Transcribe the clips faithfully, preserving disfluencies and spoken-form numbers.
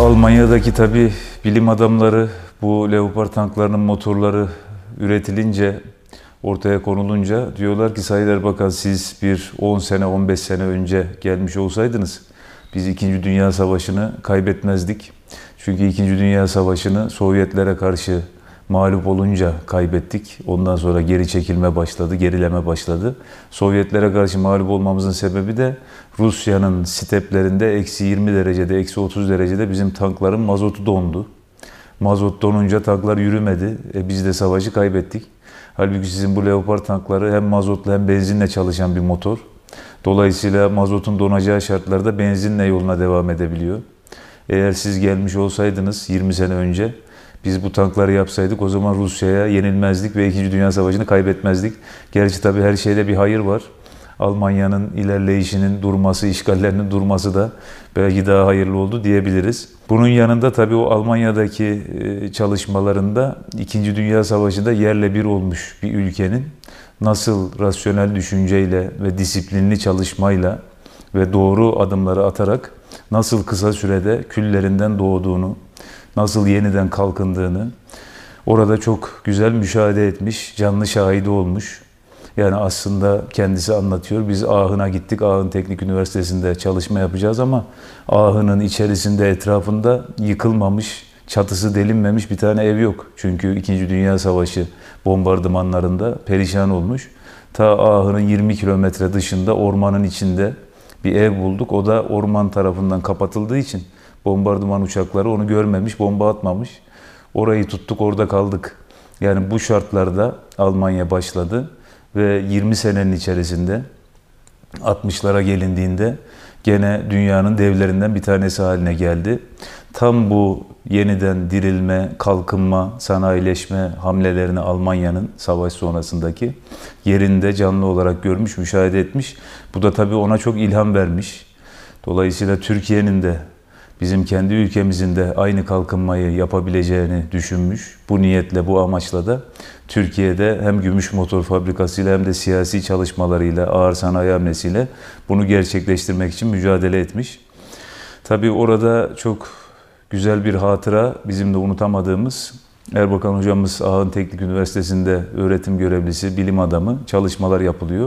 Almanya'daki tabii bilim adamları bu Leopard tanklarının motorları üretilince, ortaya konulunca diyorlar ki Sayın Erbakan, siz bir on sene on beş sene önce gelmiş olsaydınız biz İkinci Dünya Savaşı'nı kaybetmezdik. Çünkü İkinci Dünya Savaşı'nı Sovyetlere karşı mağlup olunca kaybettik. Ondan sonra geri çekilme başladı, gerileme başladı. Sovyetlere karşı mağlup olmamızın sebebi de Rusya'nın steplerinde eksi yirmi derecede, eksi otuz derecede bizim tankların mazotu dondu. Mazot donunca tanklar yürümedi. E biz de savaşı kaybettik. Halbuki sizin bu Leopard tankları hem mazotla hem benzinle çalışan bir motor. Dolayısıyla mazotun donacağı şartlarda benzinle yoluna devam edebiliyor. Eğer siz gelmiş olsaydınız yirmi sene önce, biz bu tankları yapsaydık o zaman Rusya'ya yenilmezdik ve İkinci Dünya Savaşı'nı kaybetmezdik. Gerçi tabii her şeyde bir hayır var. Almanya'nın ilerleyişinin durması, işgallerinin durması da belki daha hayırlı oldu diyebiliriz. Bunun yanında tabii o Almanya'daki çalışmalarında İkinci Dünya Savaşı'nda yerle bir olmuş bir ülkenin nasıl rasyonel düşünceyle ve disiplinli çalışmayla ve doğru adımları atarak nasıl kısa sürede küllerinden doğduğunu, nasıl yeniden kalkındığını orada çok güzel müşahede etmiş, canlı şahidi olmuş. Yani aslında kendisi anlatıyor. Biz Aachen'a gittik. Aachen Teknik Üniversitesi'nde çalışma yapacağız ama Aachen'ın içerisinde, etrafında yıkılmamış, çatısı delinmemiş bir tane ev yok. Çünkü İkinci Dünya Savaşı bombardımanlarında perişan olmuş. Ta Aachen'ın yirmi kilometre dışında ormanın içinde bir ev bulduk. O da orman tarafından kapatıldığı için bombardıman uçakları onu görmemiş, bomba atmamış. Orayı tuttuk, orada kaldık. Yani bu şartlarda Almanya başladı ve yirmi senenin içerisinde altmışlara gelindiğinde gene dünyanın devlerinden bir tanesi haline geldi. Tam bu yeniden dirilme, kalkınma, sanayileşme hamlelerini Almanya'nın savaş sonrasındaki yerinde canlı olarak görmüş, müşahede etmiş. Bu da tabii ona çok ilham vermiş. Dolayısıyla Türkiye'nin de bizim kendi ülkemizin de aynı kalkınmayı yapabileceğini düşünmüş. Bu niyetle, bu amaçla da Türkiye'de hem gümüş motor fabrikasıyla hem de siyasi çalışmalarıyla, ağır sanayi hamlesiyle bunu gerçekleştirmek için mücadele etmiş. Tabii orada çok güzel bir hatıra, bizim de unutamadığımız, Erbakan hocamız Aachen Teknik Üniversitesi'nde öğretim görevlisi, bilim adamı, çalışmalar yapılıyor.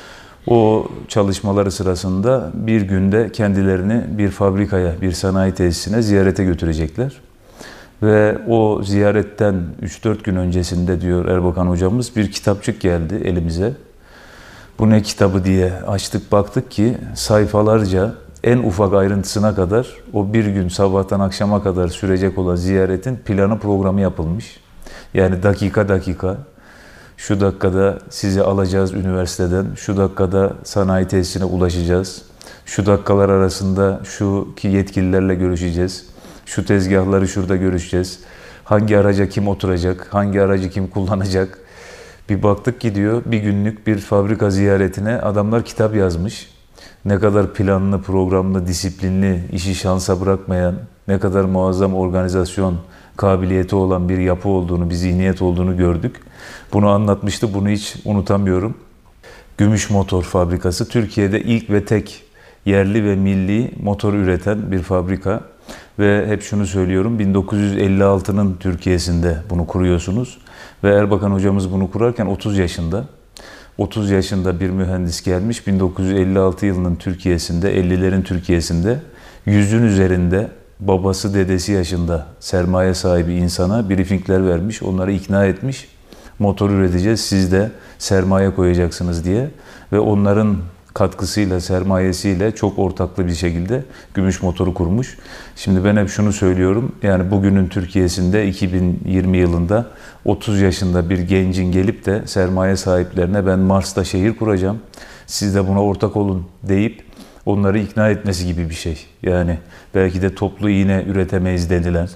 O çalışmaları sırasında bir günde kendilerini bir fabrikaya, bir sanayi tesisine ziyarete götürecekler. Ve o ziyaretten üç dört gün öncesinde diyor Erbakan hocamız, bir kitapçık geldi elimize. Bu ne kitabı diye açtık, baktık ki sayfalarca en ufak ayrıntısına kadar o bir gün sabahtan akşama kadar sürecek olan ziyaretin planı, programı yapılmış. Yani dakika dakika. Şu dakikada sizi alacağız üniversiteden, şu dakikada sanayi tesisine ulaşacağız, şu dakikalar arasında şu ki yetkililerle görüşeceğiz, şu tezgahları şurada görüşeceğiz, hangi araca kim oturacak, hangi aracı kim kullanacak. Bir baktık ki diyor, bir günlük bir fabrika ziyaretine adamlar kitap yazmış. Ne kadar planlı, programlı, disiplinli, işi şansa bırakmayan, ne kadar muazzam organizasyon kabiliyeti olan bir yapı olduğunu, bir zihniyet olduğunu gördük. Bunu anlatmıştı, bunu hiç unutamıyorum. Gümüş Motor Fabrikası, Türkiye'de ilk ve tek yerli ve milli motor üreten bir fabrika. Ve hep şunu söylüyorum, bin dokuz yüz elli altının Türkiye'sinde bunu kuruyorsunuz. Ve Erbakan hocamız bunu kurarken otuz yaşında. otuz yaşında bir mühendis gelmiş, bin dokuz yüz elli altı yılının Türkiye'sinde, ellilerin Türkiye'sinde yüzün üzerinde babası, dedesi yaşında sermaye sahibi insana briefingler vermiş, onları ikna etmiş. Motor üreteceğiz, siz de sermaye koyacaksınız diye. Ve onların katkısıyla, sermayesiyle çok ortaklı bir şekilde gümüş motoru kurmuş. Şimdi ben hep şunu söylüyorum, yani bugünün Türkiye'sinde iki bin yirmi yılında otuz yaşında bir gencin gelip de sermaye sahiplerine ben Mars'ta şehir kuracağım, siz de buna ortak olun deyip onları ikna etmesi gibi bir şey. Yani belki de toplu iğne üretemeyiz denilen,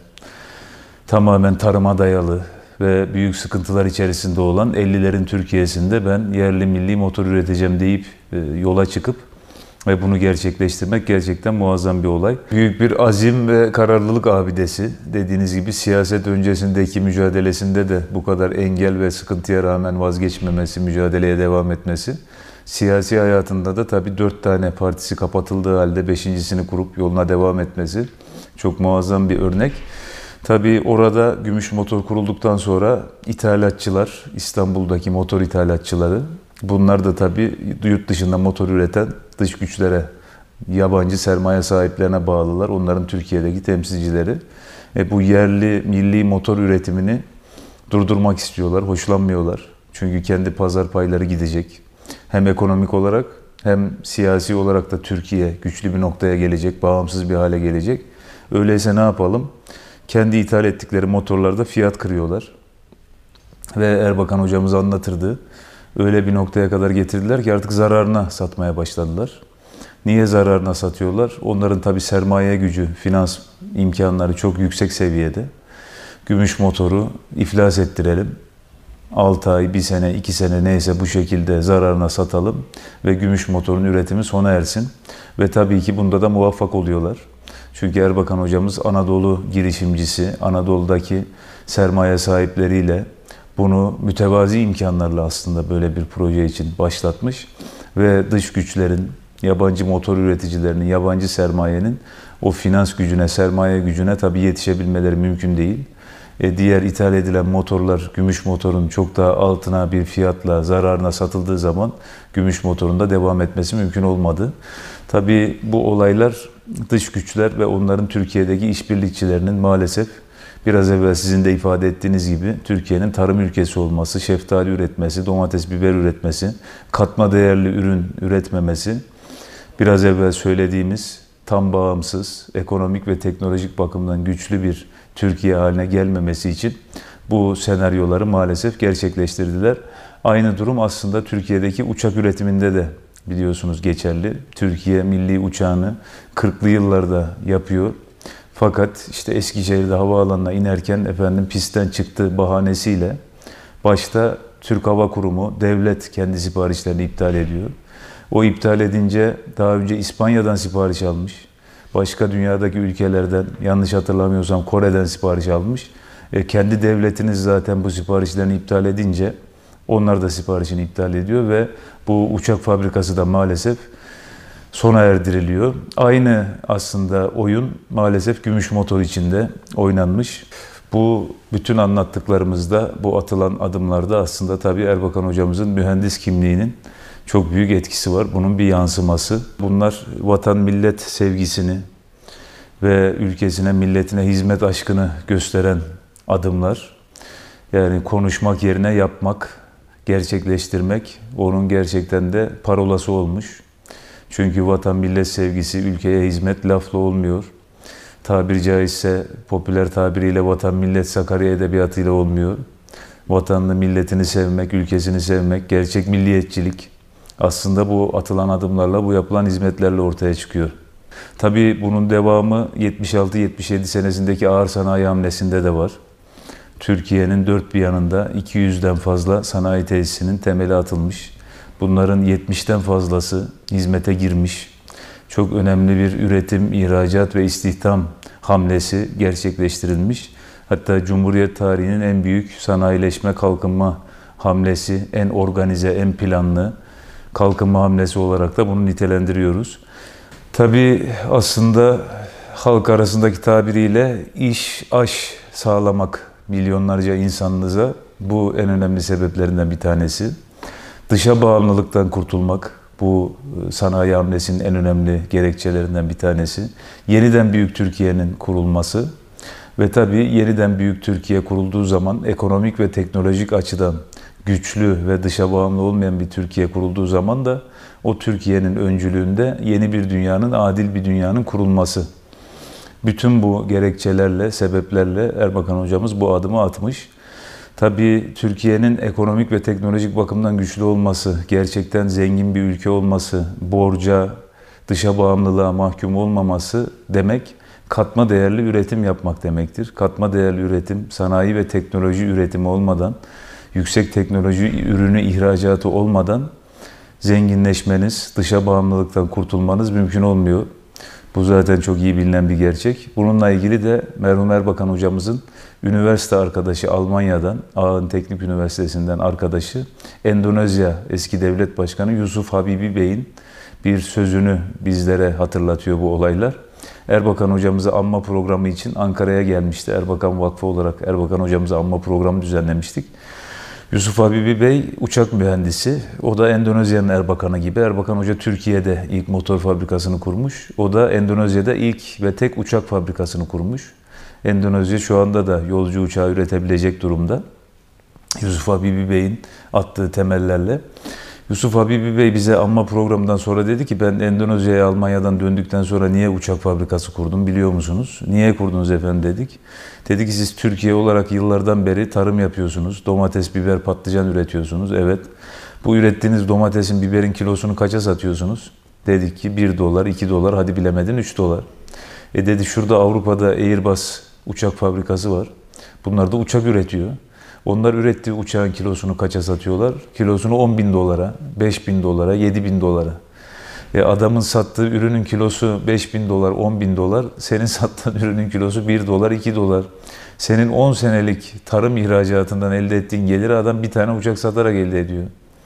tamamen tarıma dayalı ve büyük sıkıntılar içerisinde olan ellilerin Türkiye'sinde ben yerli milli motor üreteceğim deyip yola çıkıp ve bunu gerçekleştirmek gerçekten muazzam bir olay. Büyük bir azim ve kararlılık abidesi. Dediğiniz gibi siyaset öncesindeki mücadelesinde de bu kadar engel ve sıkıntıya rağmen vazgeçmemesi, mücadeleye devam etmesi. Siyasi hayatında da tabii dört tane partisi kapatıldığı halde beşincisini kurup yoluna devam etmesi Çok muazzam bir örnek. Tabii orada gümüş motor kurulduktan sonra ithalatçılar, İstanbul'daki motor ithalatçıları, bunlar da tabii yurt dışında motor üreten dış güçlere, yabancı sermaye sahiplerine bağlılar. Onların Türkiye'deki temsilcileri. E bu yerli, milli motor üretimini durdurmak istiyorlar, hoşlanmıyorlar. Çünkü kendi pazar payları gidecek. Hem ekonomik olarak hem siyasi olarak da Türkiye güçlü bir noktaya gelecek, bağımsız bir hale gelecek. Öyleyse ne yapalım? Kendi ithal ettikleri motorlarda fiyat kırıyorlar. Ve Erbakan hocamız anlatırdı. Öyle bir noktaya kadar getirdiler ki artık zararına satmaya başladılar. Niye zararına satıyorlar? Onların tabii sermaye gücü, finans imkanları çok yüksek seviyede. Gümüş motoru iflas ettirelim. altı ay, bir sene, iki sene neyse bu şekilde zararına satalım ve gümüş motorun üretimi sona ersin. Ve tabii ki bunda da muvaffak oluyorlar. Çünkü Erbakan hocamız Anadolu girişimcisi, Anadolu'daki sermaye sahipleriyle bunu mütevazi imkanlarla aslında böyle bir proje için başlatmış. Ve dış güçlerin, yabancı motor üreticilerinin, yabancı sermayenin o finans gücüne, sermaye gücüne tabii yetişebilmeleri mümkün değil. E, diğer ithal edilen motorlar, gümüş motorun çok daha altına bir fiyatla zararına satıldığı zaman gümüş motorun da devam etmesi mümkün olmadı. Tabii bu olaylar dış güçler ve onların Türkiye'deki işbirlikçilerinin maalesef biraz evvel sizin de ifade ettiğiniz gibi Türkiye'nin tarım ülkesi olması, şeftali üretmesi, domates, biber üretmesi, katma değerli ürün üretmemesi, biraz evvel söylediğimiz tam bağımsız, ekonomik ve teknolojik bakımdan güçlü bir Türkiye haline gelmemesi için bu senaryoları maalesef gerçekleştirdiler. Aynı durum aslında Türkiye'deki uçak üretiminde de biliyorsunuz geçerli. Türkiye milli uçağını kırklı yıllarda yapıyor. Fakat işte Eskişehir'de havaalanına inerken efendim pistten çıktı bahanesiyle başta Türk Hava Kurumu, devlet kendi siparişlerini iptal ediyor. O iptal edince daha önce İspanya'dan sipariş almış. Başka dünyadaki ülkelerden, yanlış hatırlamıyorsam Kore'den sipariş almış. E, kendi devletiniz zaten bu siparişlerini iptal edince onlar da siparişini iptal ediyor ve bu uçak fabrikası da maalesef sona erdiriliyor. Aynı aslında oyun maalesef gümüş motor içinde oynanmış. Bu bütün anlattıklarımızda, bu atılan adımlarda aslında tabii Erbakan hocamızın mühendis kimliğinin çok büyük etkisi var. Bunun bir yansıması. Bunlar vatan millet sevgisini ve ülkesine, milletine hizmet aşkını gösteren adımlar. Yani konuşmak yerine yapmak, gerçekleştirmek onun gerçekten de parolası olmuş. Çünkü vatan millet sevgisi, ülkeye hizmet lafla olmuyor. Tabiri caizse popüler tabiriyle vatan millet Sakarya edebiyatıyla olmuyor. Vatanını, milletini sevmek, ülkesini sevmek, gerçek milliyetçilik aslında bu atılan adımlarla, bu yapılan hizmetlerle ortaya çıkıyor. Tabii bunun devamı yetmiş altı yetmiş yedi senesindeki ağır sanayi hamlesinde de var. Türkiye'nin dört bir yanında iki yüzden fazla sanayi tesisinin temeli atılmış. Bunların yetmişten fazlası hizmete girmiş. Çok önemli bir üretim, ihracat ve istihdam hamlesi gerçekleştirilmiş. Hatta Cumhuriyet tarihinin en büyük sanayileşme, kalkınma hamlesi, en organize, en planlı kalkınma hamlesi olarak da bunu nitelendiriyoruz. Tabii aslında halk arasındaki tabiriyle iş, aş sağlamak milyonlarca insanımıza bu en önemli sebeplerinden bir tanesi. Dışa bağımlılıktan kurtulmak bu sanayi hamlesinin en önemli gerekçelerinden bir tanesi. Yeniden Büyük Türkiye'nin kurulması ve tabii yeniden Büyük Türkiye kurulduğu zaman ekonomik ve teknolojik açıdan güçlü ve dışa bağımlı olmayan bir Türkiye kurulduğu zaman da o Türkiye'nin öncülüğünde yeni bir dünyanın, adil bir dünyanın kurulması. Bütün bu gerekçelerle, sebeplerle Erbakan hocamız bu adımı atmış. Tabii Türkiye'nin ekonomik ve teknolojik bakımdan güçlü olması, gerçekten zengin bir ülke olması, borca, dışa bağımlılığa mahkum olmaması demek katma değerli üretim yapmak demektir. Katma değerli üretim, sanayi ve teknoloji üretimi olmadan, yüksek teknoloji ürünü ihracatı olmadan zenginleşmeniz, dışa bağımlılıktan kurtulmanız mümkün olmuyor. Bu zaten çok iyi bilinen bir gerçek. Bununla ilgili de merhum Erbakan hocamızın üniversite arkadaşı Almanya'dan, Ağın Teknik Üniversitesi'nden arkadaşı, Endonezya eski devlet başkanı Yusuf Habibi Bey'in bir sözünü bizlere hatırlatıyor bu olaylar. Erbakan hocamızı anma programı için Ankara'ya gelmişti. Erbakan Vakfı olarak Erbakan hocamızı anma programı düzenlemiştik. Yusuf Habibi Bey uçak mühendisi. O da Endonezya'nın Erbakan'ı gibi. Erbakan Hoca Türkiye'de ilk motor fabrikasını kurmuş. O da Endonezya'da ilk ve tek uçak fabrikasını kurmuş. Endonezya şu anda da yolcu uçağı üretebilecek durumda. Yusuf Habibi Bey'in attığı temellerle. Yusuf Habibi Bey bize anma programından sonra dedi ki ben Endonezya'ya Almanya'dan döndükten sonra niye uçak fabrikası kurdum biliyor musunuz? Niye kurdunuz efendim dedik. Dedi ki siz Türkiye olarak yıllardan beri tarım yapıyorsunuz. Domates, biber, patlıcan üretiyorsunuz. Evet. Bu ürettiğiniz domatesin, biberin kilosunu kaça satıyorsunuz? Dedik ki bir dolar, iki dolar, hadi bilemedin üç dolar. E dedi şurada Avrupa'da Airbus uçak fabrikası var. Bunlar da uçak üretiyor. Onlar ürettiği uçağın kilosunu kaça satıyorlar? Kilosunu on bin dolara, beş bin dolara, yedi bin dolara. E adamın sattığı ürünün kilosu beş bin dolar, on bin dolar. Senin sattığın ürünün kilosu bir dolar, iki dolar. Senin on senelik tarım ihracatından elde ettiğin geliri adam bir tane uçak satarak elde ediyor.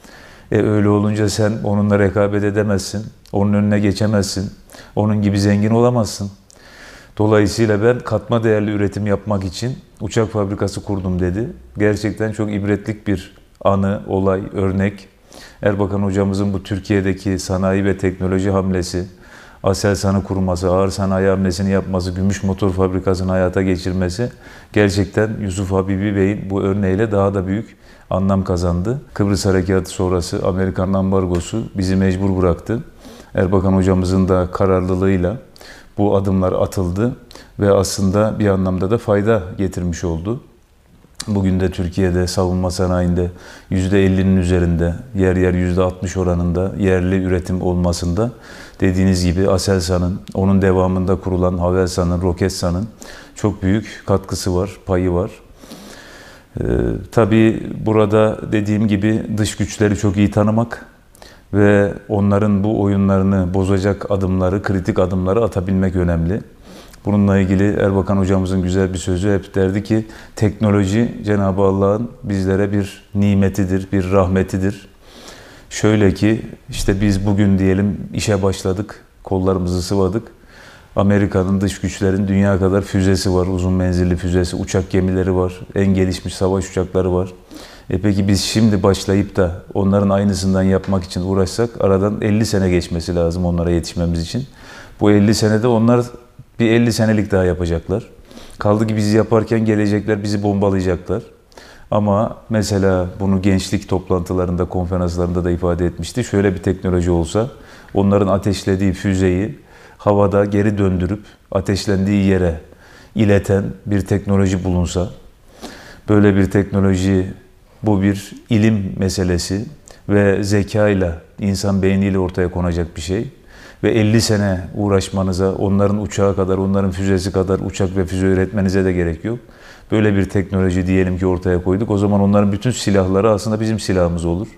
E öyle olunca sen onunla rekabet edemezsin. Onun önüne geçemezsin. Onun gibi zengin olamazsın. Dolayısıyla ben katma değerli üretim yapmak için uçak fabrikası kurdum dedi. Gerçekten çok ibretlik bir anı, olay, örnek. Erbakan hocamızın bu Türkiye'deki sanayi ve teknoloji hamlesi, Aselsan'ı kurması, ağır sanayi hamlesini yapması, gümüş motor fabrikasını hayata geçirmesi gerçekten Yusuf Habibi Bey'in bu örneğiyle daha da büyük anlam kazandı. Kıbrıs Harekatı sonrası Amerikan ambargosu bizi mecbur bıraktı. Erbakan hocamızın da kararlılığıyla bu adımlar atıldı ve aslında bir anlamda da fayda getirmiş oldu. Bugün de Türkiye'de savunma sanayinde yüzde ellinin üzerinde, yer yer yüzde altmış oranında yerli üretim olmasında dediğiniz gibi Aselsan'ın, onun devamında kurulan Havelsan'ın, Roketsan'ın çok büyük katkısı var, payı var. Ee, tabii burada dediğim gibi dış güçleri çok iyi tanımak ve onların bu oyunlarını bozacak adımları, kritik adımları atabilmek önemli. Bununla ilgili Erbakan hocamızın güzel bir sözü hep derdi ki teknoloji Cenab-ı Allah'ın bizlere bir nimetidir, bir rahmetidir. Şöyle ki işte biz bugün diyelim işe başladık, kollarımızı sıvadık. Amerika'nın dış güçlerin dünya kadar füzesi var, uzun menzilli füzesi, uçak gemileri var, en gelişmiş savaş uçakları var. E peki biz şimdi başlayıp da onların aynısından yapmak için uğraşsak aradan elli sene geçmesi lazım onlara yetişmemiz için. Bu elli senede onlar bir elli senelik daha yapacaklar. Kaldı ki biz yaparken gelecekler bizi bombalayacaklar. Ama mesela bunu gençlik toplantılarında, konferanslarında da ifade etmişti. Şöyle bir teknoloji olsa onların ateşlediği füzeyi havada geri döndürüp ateşlendiği yere ileten bir teknoloji bulunsa, böyle bir teknoloji, bu bir ilim meselesi ve zekayla, insan beyniyle ortaya konacak bir şey. Ve elli sene uğraşmanıza, onların uçağı kadar, onların füzesi kadar uçak ve füze üretmenize de gerek yok. Böyle bir teknoloji diyelim ki ortaya koyduk. O zaman onların bütün silahları aslında bizim silahımız olur.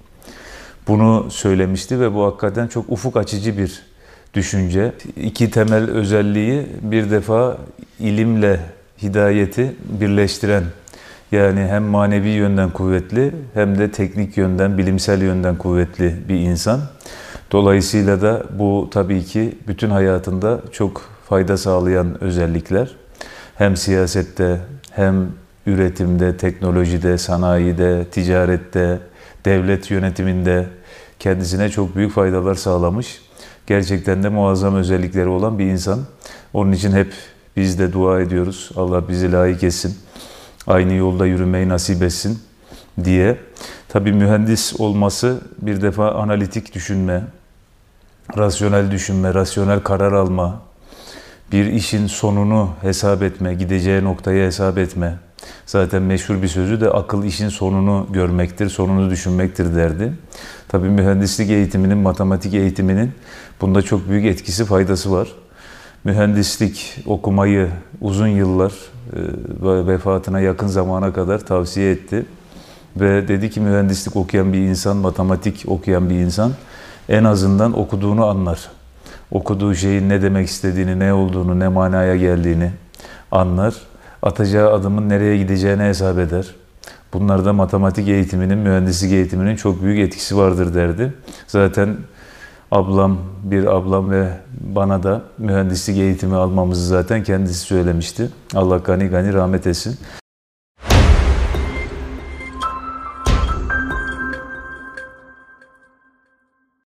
Bunu söylemişti ve bu hakikaten çok ufuk açıcı bir düşünce. İki temel özelliği bir defa ilimle hidayeti birleştiren, yani hem manevi yönden kuvvetli hem de teknik yönden, bilimsel yönden kuvvetli bir insan. Dolayısıyla da bu tabii ki bütün hayatında çok fayda sağlayan özellikler. Hem siyasette, hem üretimde, teknolojide, sanayide, ticarette, devlet yönetiminde kendisine çok büyük faydalar sağlamış. Gerçekten de muazzam özellikleri olan bir insan. Onun için hep biz de dua ediyoruz. Allah bizi layık etsin, aynı yolda yürümeyi nasip etsin diye. Tabii mühendis olması bir defa analitik düşünme, rasyonel düşünme, rasyonel karar alma, bir işin sonunu hesap etme, gideceği noktayı hesap etme. Zaten meşhur bir sözü de akıl işin sonunu görmektir, sonunu düşünmektir derdi. Tabii mühendislik eğitiminin, matematik eğitiminin bunda çok büyük etkisi, faydası var. Mühendislik okumayı uzun yıllar ve vefatına yakın zamana kadar tavsiye etti. Ve dedi ki mühendislik okuyan bir insan, matematik okuyan bir insan en azından okuduğunu anlar. Okuduğu şeyin ne demek istediğini, ne olduğunu, ne manaya geldiğini anlar. Atacağı adımın nereye gideceğini hesap eder. Bunlarda matematik eğitiminin, mühendislik eğitiminin çok büyük etkisi vardır derdi. Zaten ablam, bir ablam ve bana da mühendislik eğitimi almamızı zaten kendisi söylemişti. Allah gani gani rahmet etsin.